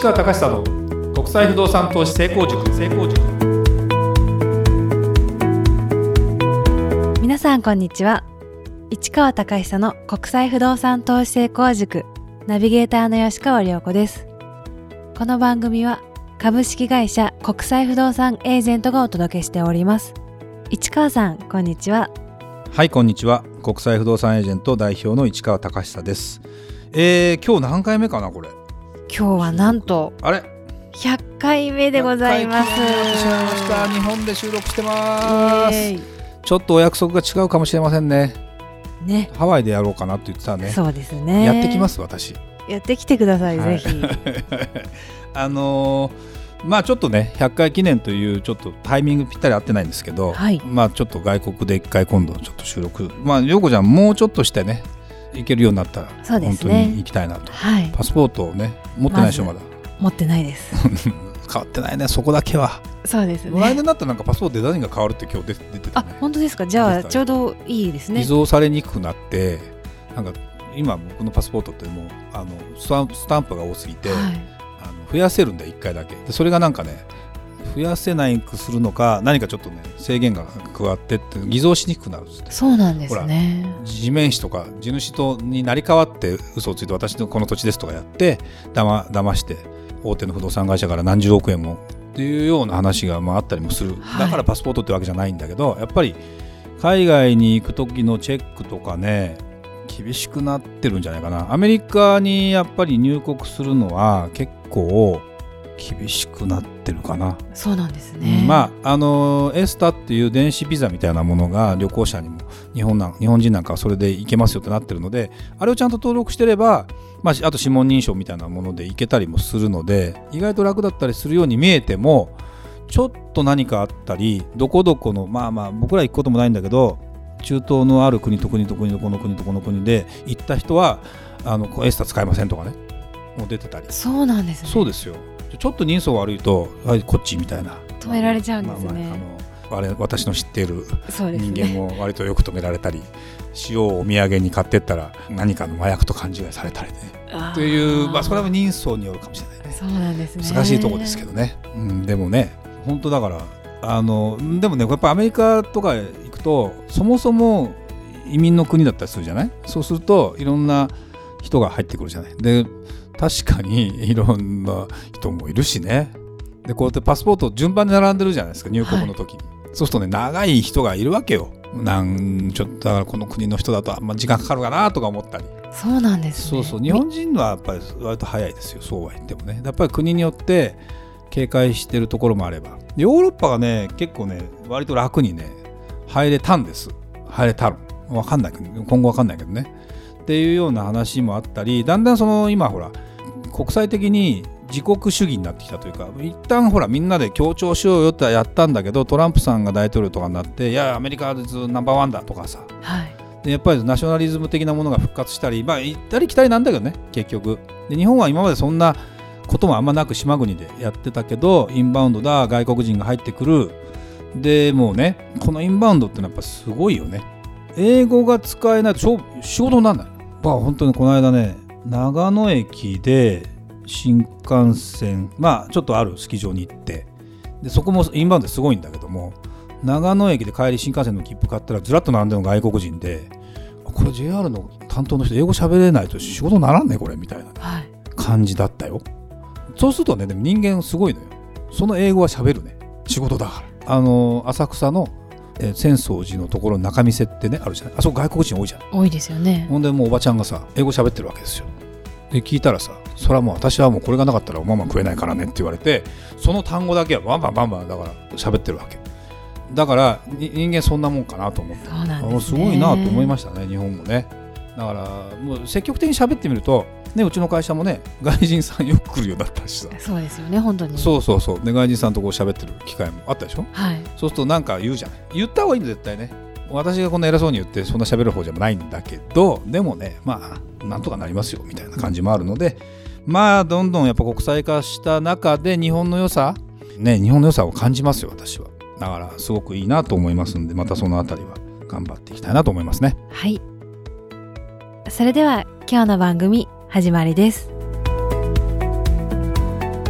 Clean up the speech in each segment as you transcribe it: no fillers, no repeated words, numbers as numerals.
川隆久の国際不動産投資成功塾。 皆さんこんにちは。市川隆久の国際不動産投資成功塾ナビゲーターの吉川良子です。この番組は株式会社国際不動産エージェントがお届けしております。市川さんこんにちは。 はい、こんにちは。国際不動産エージェント代表の市川隆久です。今日何回目かなこれ。 今日はなんとあれ 100回目でございます。 100回記念になってしまいました。日本で収録してます。ちょっとお約束が違うかもしれませんね。ハワイでやろうかなって言ってたね。 そうですね。 やってきます。私やってきてください、ぜひまあちょっとね100回記念というちょっとタイミングぴったり合ってないんですけど、 はい、 まあちょっと外国で一回今度ちょっと収録、まあ陽子ちゃんもうちょっとしてね行けるようになったら本当に行きたいなと、 はい、 パスポートをね持ってないでしょ。まだ持ってないです変わってないね、そこだけは。 そうですね。 来年になったらなんかパスポートデザインが変わるって今日出てたね。 あ、本当ですか。じゃあちょうどいいですね。 偽造されにくくなって、なんか今僕のパスポートってもうスタンプが多すぎて、はい、増やせるんだ1回だけで、それがなんかね増やせないくするのか何かちょっとね制限が加わってって偽造しにくくなるんですって。 そうなんですね。 地面師とか地主になり代わって嘘をついて私のこの土地ですとかやって騙して大手の不動産会社から何十億円もっていうような話があったりもする。だからパスポートってわけじゃないんだけど、やっぱり海外に行く時のチェックとかね厳しくなってるんじゃないかな。アメリカにやっぱり入国するのは結構厳しくなってるかな。 そうなんですね。 エスタっていう電子ビザみたいなものが旅行者にも日本人なんかはそれで行けますよってなってるので、あれをちゃんと登録してれば、あと指紋認証みたいなもので行けたりもするので意外と楽だったりするように見えても、ちょっと何かあったりどこどこの僕ら行くこともないんだけど中東のある国と国と国とこの国とこの国で行った人はエスタ使えませんとかねもう出てたり。 そうなんですね。 そうですよ。ちょっと人相悪いとはいこっちみたいな止められちゃうんですね。 私の知っている人間も割とよく止められたり、塩をお土産に買ってったら何かの麻薬と勘違いされたりねという、それは人相によるかもしれないね。 そうなんですね。 難しいところですけどね、でもね本当だからでもねやっぱアメリカとか行くとそもそも移民の国だったりするじゃない。そうするといろんな人が入ってくるじゃない。で確かにいろんな人もいるしね。でこうやってパスポート順番に並んでるじゃないですか入国の時に、そうするとね長い人がいるわけよ。ちょっとだからこの国の人だとあんま時間かかるかなとか思ったり。 そうなんですね。 そう日本人はやっぱり割と早いですよ。そうは言ってもねやっぱり国によって警戒してるところもあれば、ヨーロッパがね結構ね割と楽にね入れたる分かんないけど今後分かんないけどねっていうような話もあったり、だんだん今ほら国際的に自国主義になってきたというか、一旦ほらみんなで協調しようよってやったんだけど、トランプさんが大統領とかになっていやアメリカはナンバーワンだとかさ、でやっぱりナショナリズム的なものが復活したり、行ったり来たりなんだけどね結局で。日本は今までそんなこともあんまなく島国でやってたけど、インバウンドだ外国人が入ってくる。でもうねこのインバウンドってのはやっぱすごいよね。英語が使えないと仕事にならない。本当にこの間ね長野駅で新幹線ちょっとあるスキー場に行って、でそこもインバウンドすごいんだけども、長野駅で帰り新幹線の切符買ったらずらっと並んでるの外国人で、これ JR の担当の人英語喋れないと仕事にならんねこれみたいな感じだったよ。そうするとねでも人間すごいのよ。その英語は喋るね仕事だから。浅草の浅草寺のところの仲見世ってねあるじゃない。あそこ外国人多いじゃない。 多いですよね。 ほんでもうおばちゃんがさ英語喋ってるわけですよ。で聞いたらさ、それはもう私はもうこれがなかったらおまま食えないからねって言われて、その単語だけはバンバンだから喋ってるわけだから、人間そんなもんかなと思って。 そうなんですね。 すごいなと思いましたね日本もね。だからもう積極的に喋ってみるとね、うちの会社もね外人さんよく来るようになったしさ。 そうですよね本当に。 そうで外人さんとこう喋ってる機会もあったでしょ。そうするとなんか言うじゃない。言った方がいいんだ絶対ね。私がこんな偉そうに言ってそんな喋る方じゃないんだけど、でもねなんとかなりますよみたいな感じもあるので、どんどんやっぱ国際化した中で日本の良さを感じますよ私は。だからすごくいいなと思いますんで、またそのあたりは頑張っていきたいなと思いますね。 はい、それでは今日の番組始まりです。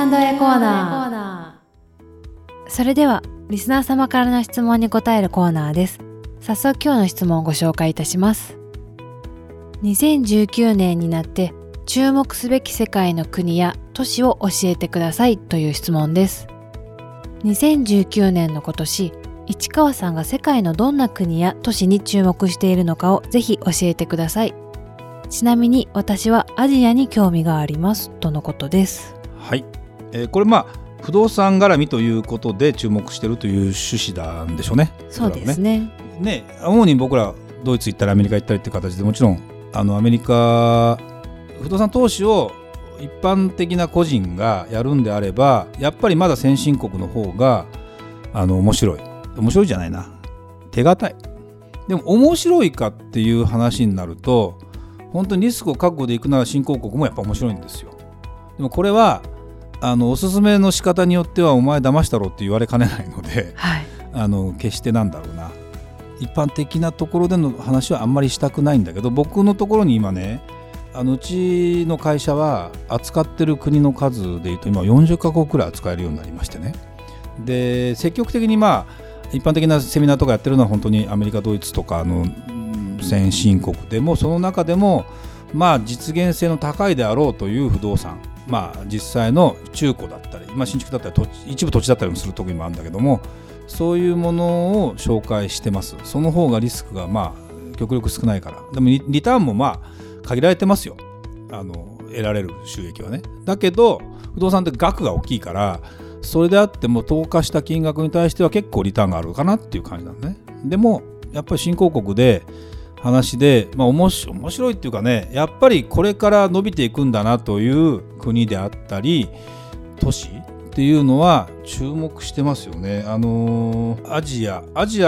Q&A コーナー。それではリスナー様からの質問に答えるコーナーです。早速今日の質問をご紹介いたします。2019年になって注目すべき世界の国や都市を教えてくださいという質問です。2019年の今年、市川さんが世界のどんな国や都市に注目しているのかをぜひ教えてください。ちなみに私はアジアに興味がありますとのことです。 はい、これ不動産絡みということで注目しているという趣旨なんでしょうね。 そうですね。 主に僕らドイツ行ったりアメリカ行ったりっていう形で、もちろんアメリカ不動産投資を一般的な個人がやるんであれば、やっぱりまだ先進国の方が面白いじゃないな、手堅い。でも面白いかっていう話になると、本当にリスクを覚悟でいくなら新興国もやっぱ面白いんですよ。でもこれはおすすめの仕方によってはお前騙したろって言われかねないので、 はい、 決してなんだろうな、一般的なところでの話はあんまりしたくないんだけど、僕のところに今ね、うちの会社は扱ってる国の数でいうと今40カ国くらい扱えるようになりましてね。で積極的に一般的なセミナーとかやってるのは本当にアメリカ、ドイツとか先進国でも、その中でも実現性の高いであろうという不動産、実際の中古だったり、新築だったり一部土地だったりもする時もあるんだけども、そういうものを紹介してます。その方がリスクが極力少ないから。でもリターンも限られてますよ、得られる収益はね。だけど不動産って額が大きいから、それであっても投下した金額に対しては結構リターンがあるかなっていう感じなんね。でもやっぱり新興国で話で、面白いっていうかね、やっぱりこれから伸びていくんだなという国であったり都市っていうのは注目してますよね。アジア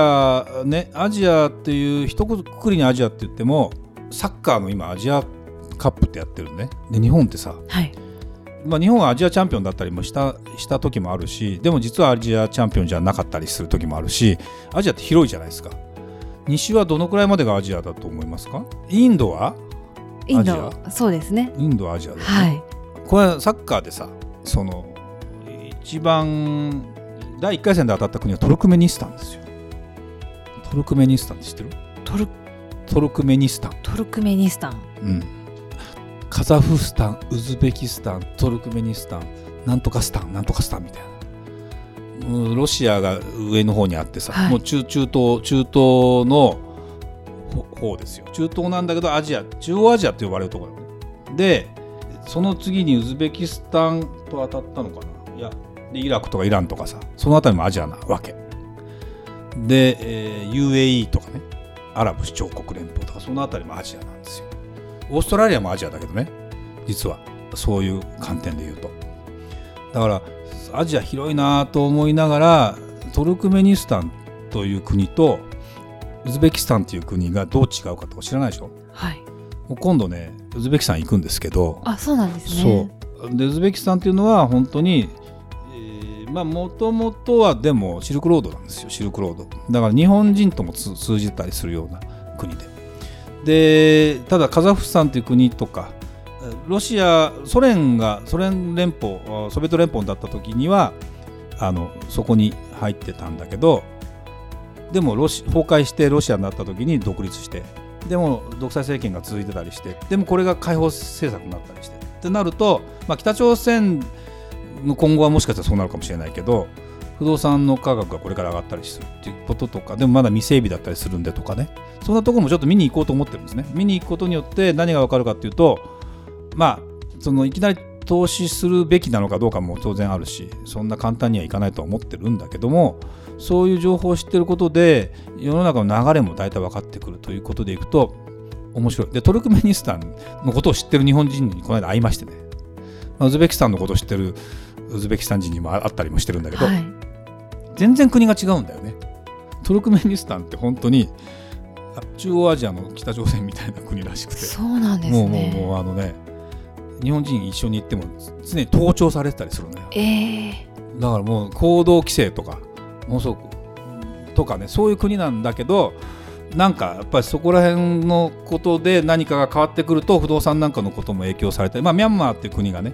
っていう一括りにアジアって言っても、サッカーの今アジアカップってやってるね。で日本ってさ、 はい、 日本はアジアチャンピオンだったりもした時もあるし、でも実はアジアチャンピオンじゃなかったりする時もあるし、アジアって広いじゃないですか。西はどのくらいまでがアジアだと思いますか？インドはアジア？ そうですね。 インドはアジアだよね。 はい、 これはサッカーでさ、一番第1回戦で当たった国はトルクメニスタンですよ。トルクメニスタンって知ってる？トルクメニスタン、カザフスタン、ウズベキスタン、トルクメニスタン、なんとかスタンみたいな。ロシアが上の方にあってさ、もう中東の方ですよ。中東なんだけど中央アジアって呼ばれるところだね。でその次にウズベキスタンと当たったのかな。いやでイラクとかイランとかさ、そのあたりもアジアなわけで、UAE とかね、アラブ首長国連邦とか、そのあたりもアジアなんですよ。オーストラリアもアジアだけどね、実はそういう観点で言うと。だからアジア広いなと思いながら、トルクメニスタンという国とウズベキスタンという国がどう違うかとか知らないでしょ。 はい、 もう今度ねウズベキスタン行くんですけど。 そうなんですね。 そうでウズベキスタンっていうのは本当にもともとはでもシルクロードなんですよ。シルクロードだから日本人とも通じたりするような国で、ただカザフスタンという国とかソ連連邦、ソビエト連邦だった時にはそこに入ってたんだけど、でも崩壊してロシアになった時に独立して、でも独裁政権が続いてたりして、でもこれが解放政策になったりしてってなると、北朝鮮の今後はもしかしたらそうなるかもしれないけど、不動産の価格がこれから上がったりするっていうこととか、でもまだ未整備だったりするんでとかね、そんなところもちょっと見に行こうと思ってるんですね。見に行くことによって何が分かるかっていうと、いきなり投資するべきなのかどうかも当然あるし、そんな簡単にはいかないとは思ってるんだけども、そういう情報を知ってることで世の中の流れも大体分かってくるということでいくと面白い。でトルクメニスタンのことを知ってる日本人にこの間会いましてね、ウズベキスタンのことを知ってるウズベキスタン人にも会ったりもしてるんだけど、全然国が違うんだよね。トルクメニスタンって本当に中央アジアの北朝鮮みたいな国らしくて、 そうなんですね。 もう日本人一緒に行っても常に盗聴されてたりするのよ。だからもう行動規制とかもうすごくとかね、そういう国なんだけど、なんかやっぱりそこら辺のことで何かが変わってくると不動産なんかのことも影響されて、ミャンマーっていう国がね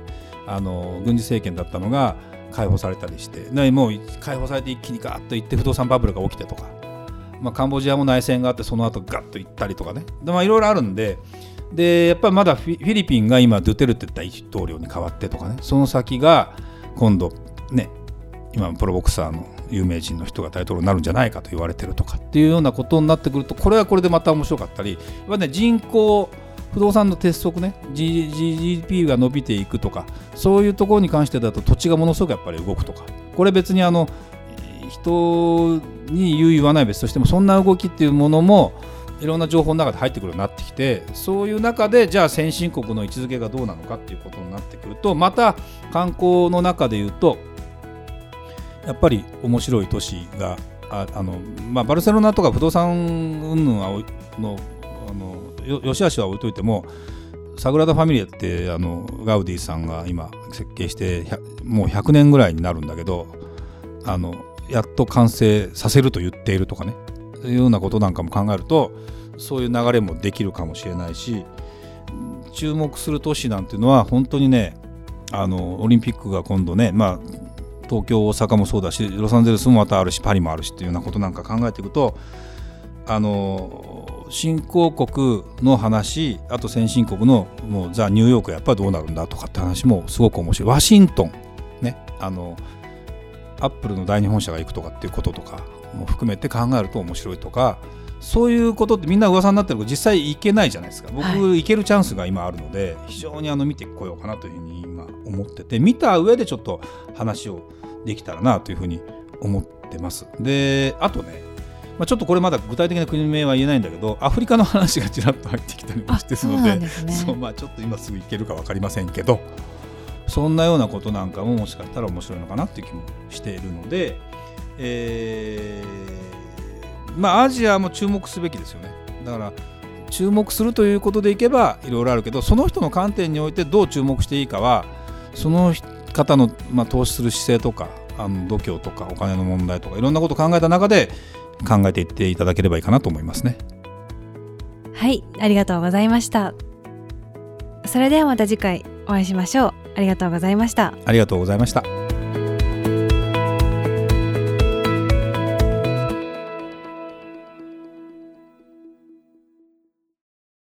軍事政権だったのが解放されたりして、もう解放されて一気にガーッといって不動産バブルが起きてとか、カンボジアも内戦があってその後ガッといったりとかね、いろいろあるんで、やっぱりまだフィリピンが今ドゥテルテ大統領に変わってとかね、その先が今度ね、今プロボクサーの有名人の人が大統領になるんじゃないかと言われてるとかっていうようなことになってくると、これはこれでまた面白かったり、人口不動産の鉄則ね、 GDP が伸びていくとか、そういうところに関してだと土地がものすごくやっぱり動くとか、これ別に人に言う言わない別としても、そんな動きっていうものもいろんな情報の中で入ってくるようになってきて、そういう中でじゃあ先進国の位置づけがどうなのかっていうことになってくると、また観光の中でいうとやっぱり面白い都市がバルセロナとか不動産云々の良し悪しは置いといても、サグラダ・ファミリアってガウディさんが今設計してもう100年ぐらいになるんだけど、やっと完成させると言っているとかね、そういうようなことなんかも考えると、そういう流れもできるかもしれないし、注目する都市なんていうのは本当にね、オリンピックが今度ね、東京大阪もそうだし、ロサンゼルスもまたあるし、パリもあるしっていうようなことなんか考えていくと、新興国の話、あと先進国のもうザ・ニューヨークやっぱりどうなるんだとかって話もすごく面白い。ワシントンね、アップルの第二本社が行くとかっていうこととかも含めて考えると面白いとか、そういうことってみんな噂になってるけど実際行けないじゃないですか。僕、行けるチャンスが今あるので、非常に見てこようかなというふうに今思ってて、見た上でちょっと話をできたらなというふうに思ってます。で、あとね、ちょっとこれまだ具体的な国名は言えないんだけど、アフリカの話がちらっと入ってきたりもしてるので、ちょっと今すぐ行けるか分かりませんけど、そんなようなことなんかももしかしたら面白いのかなっていう気もしているので、アジアも注目すべきですよね。だから注目するということでいけばいろいろあるけど、その人の観点においてどう注目していいかは、その方の、投資する姿勢とか度胸とかお金の問題とかいろんなことを考えた中で考えていっていただければいいかなと思いますね。 はい、ありがとうございました。それではまた次回お会いしましょう。ありがとうございました。 ありがとうございました。